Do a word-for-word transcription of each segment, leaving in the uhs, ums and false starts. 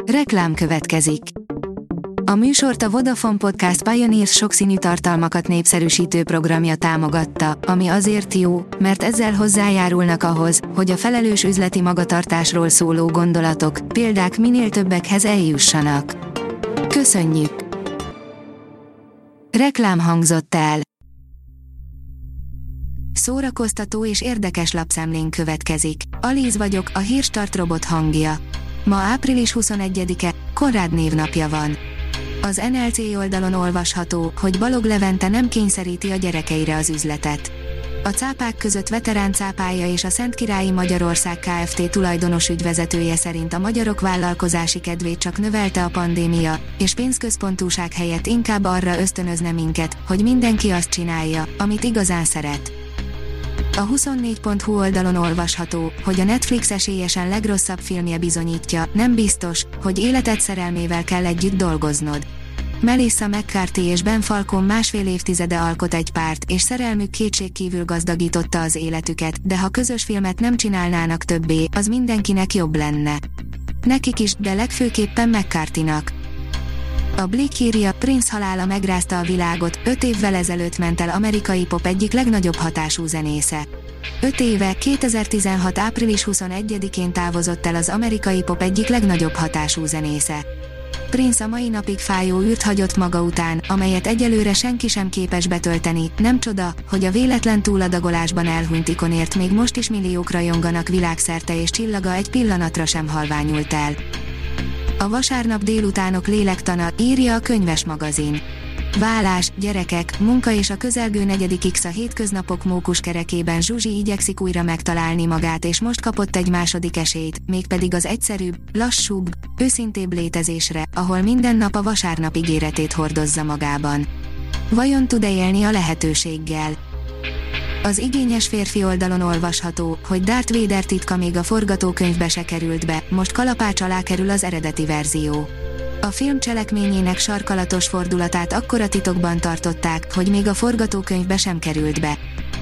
Reklám következik. A műsort a Vodafone Podcast Pioneers sokszínű tartalmakat népszerűsítő programja támogatta, ami azért jó, mert ezzel hozzájárulnak ahhoz, hogy a felelős üzleti magatartásról szóló gondolatok, példák minél többekhez eljussanak. Köszönjük! Reklám hangzott el. Szórakoztató és érdekes lapszemlén következik. Alíz vagyok, a Hírstart robot hangja. Ma április huszonegyedike, Konrád névnapja van. Az en el cé oldalon olvasható, hogy Balog Levente nem kényszeríti a gyerekeire az üzletet. A cápák között veterán cápája és a Szentkirályi Magyarország Kft. Tulajdonos ügyvezetője szerint a magyarok vállalkozási kedvét csak növelte a pandémia, és pénzközpontúság helyett inkább arra ösztönözne minket, hogy mindenki azt csinálja, amit igazán szeret. A huszonnégy pont hu oldalon olvasható, hogy a Netflix esélyesen legrosszabb filmje bizonyítja, nem biztos, hogy életed szerelmével kell együtt dolgoznod. Melissa McCarthy és Ben Falcon másfél évtizede alkot egy párt, és szerelmük kétségkívül gazdagította az életüket, de ha közös filmet nem csinálnának többé, az mindenkinek jobb lenne. Nekik is, de legfőképpen McCarthynak. A Blick írja, Prince halála megrázta a világot, öt évvel ezelőtt ment el amerikai pop egyik legnagyobb hatású zenésze. Öt éve, kétezer-tizenhat április huszonegyedikén távozott el az amerikai pop egyik legnagyobb hatású zenésze. Prince a mai napig fájó űrt hagyott maga után, amelyet egyelőre senki sem képes betölteni, nem csoda, hogy a véletlen túladagolásban elhunyt ikonért még most is milliók rajonganak világszerte és csillaga egy pillanatra sem halványult el. A vasárnap délutánok lélektana, írja a Könyves magazin. Válás, gyerekek, munka és a közelgő negyedik X a hétköznapok mókuskerekében Zsuzsi igyekszik újra megtalálni magát, és most kapott egy második esélyt, mégpedig az egyszerűbb, lassúbb, őszintébb létezésre, ahol minden nap a vasárnap ígéretét hordozza magában. Vajon tud-e élni a lehetőséggel? Az igényes férfi oldalon olvasható, hogy Darth Vader titka még a forgatókönyvbe se került be, most kalapács alá kerül az eredeti verzió. A film cselekményének sarkalatos fordulatát akkora titokban tartották, hogy még a forgatókönyvbe sem került be.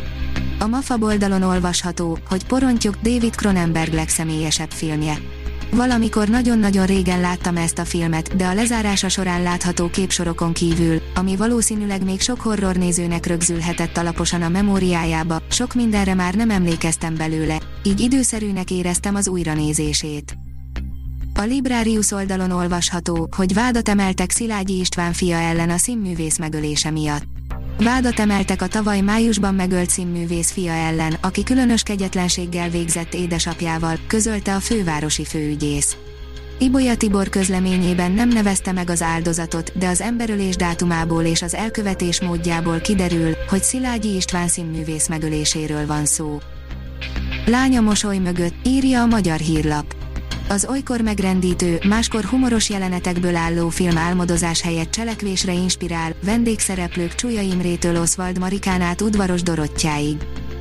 A Mafab oldalon olvasható, hogy Porontyok, David Cronenberg legszemélyesebb filmje. Valamikor nagyon-nagyon régen láttam ezt a filmet, de a lezárása során látható képsorokon kívül, ami valószínűleg még sok horrornézőnek rögzülhetett alaposan a memóriájába, sok mindenre már nem emlékeztem belőle, így időszerűnek éreztem az újranézését. A Librarius oldalon olvasható, hogy vádat emeltek Szilágyi István fia ellen a színművész megölése miatt. Vádat emeltek a tavaly májusban megölt színművész fia ellen, aki különös kegyetlenséggel végzett édesapjával, közölte a fővárosi főügyész. Ibolya Tibor közleményében nem nevezte meg az áldozatot, de az emberölés dátumából és az elkövetés módjából kiderül, hogy Szilágyi István színművész megöléséről van szó. Lánya mosoly mögött, írja a Magyar Hírlap. Az olykor megrendítő, máskor humoros jelenetekből álló film álmodozás helyett cselekvésre inspirál, vendégszereplők Csuja Imrétől Oswald Marikán át Udvaros Dorottyáig.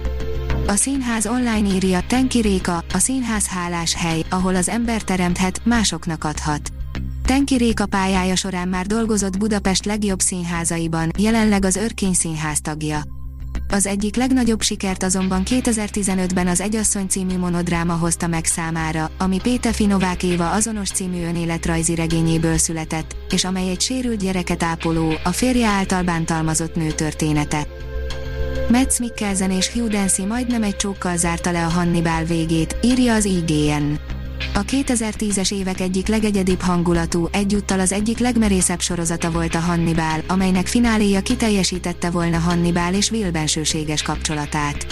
A Színház online írja, Tenki Réka, a színház hálás hely, ahol az ember teremthet, másoknak adhat. Tenki Réka pályája során már dolgozott Budapest legjobb színházaiban, jelenleg az Örkény Színház tagja. Az egyik legnagyobb sikert azonban kétezer-tizenötben az Egyasszony című monodráma hozta meg számára, ami Pétefi Novák Éva azonos című önéletrajzi regényéből született, és amely egy sérült gyereket ápoló, a férje által bántalmazott nő története. Mads Mikkelsen és Hugh Dancy majdnem egy csókkal zárta le a Hannibal végét, írja az i gé en. A kétezer-tízes évek egyik legegyedibb hangulatú, egyúttal az egyik legmerészebb sorozata volt a Hannibal, amelynek fináléja kiteljesítette volna Hannibal és Will bensőséges kapcsolatát.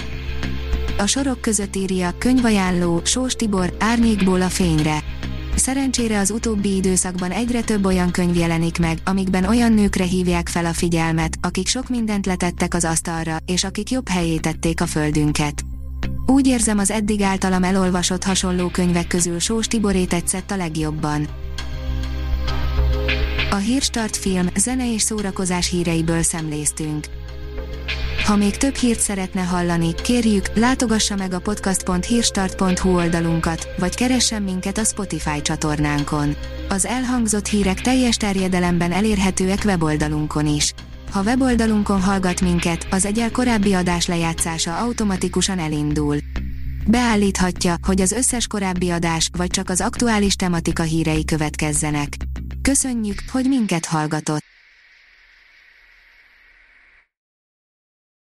A sorok között írja, könyvajánló, Sós Tibor, Árnyékból a fényre. Szerencsére az utóbbi időszakban egyre több olyan könyv jelenik meg, amikben olyan nőkre hívják fel a figyelmet, akik sok mindent letettek az asztalra, és akik jobb helyé tették a földünket. Úgy érzem, az eddig általam elolvasott hasonló könyvek közül Sós Tiboré tetszett a legjobban. A Hírstart film, zene és szórakozás híreiből szemléztünk. Ha még több hírt szeretne hallani, kérjük, látogassa meg a podcast pont hírstart pont hu oldalunkat, vagy keressen minket a Spotify csatornánkon. Az elhangzott hírek teljes terjedelemben elérhetőek weboldalunkon is. Ha weboldalunkon hallgat minket, az egyel korábbi adás lejátszása automatikusan elindul. Beállíthatja, hogy az összes korábbi adás, vagy csak az aktuális tematika hírei következzenek. Köszönjük, hogy minket hallgatott!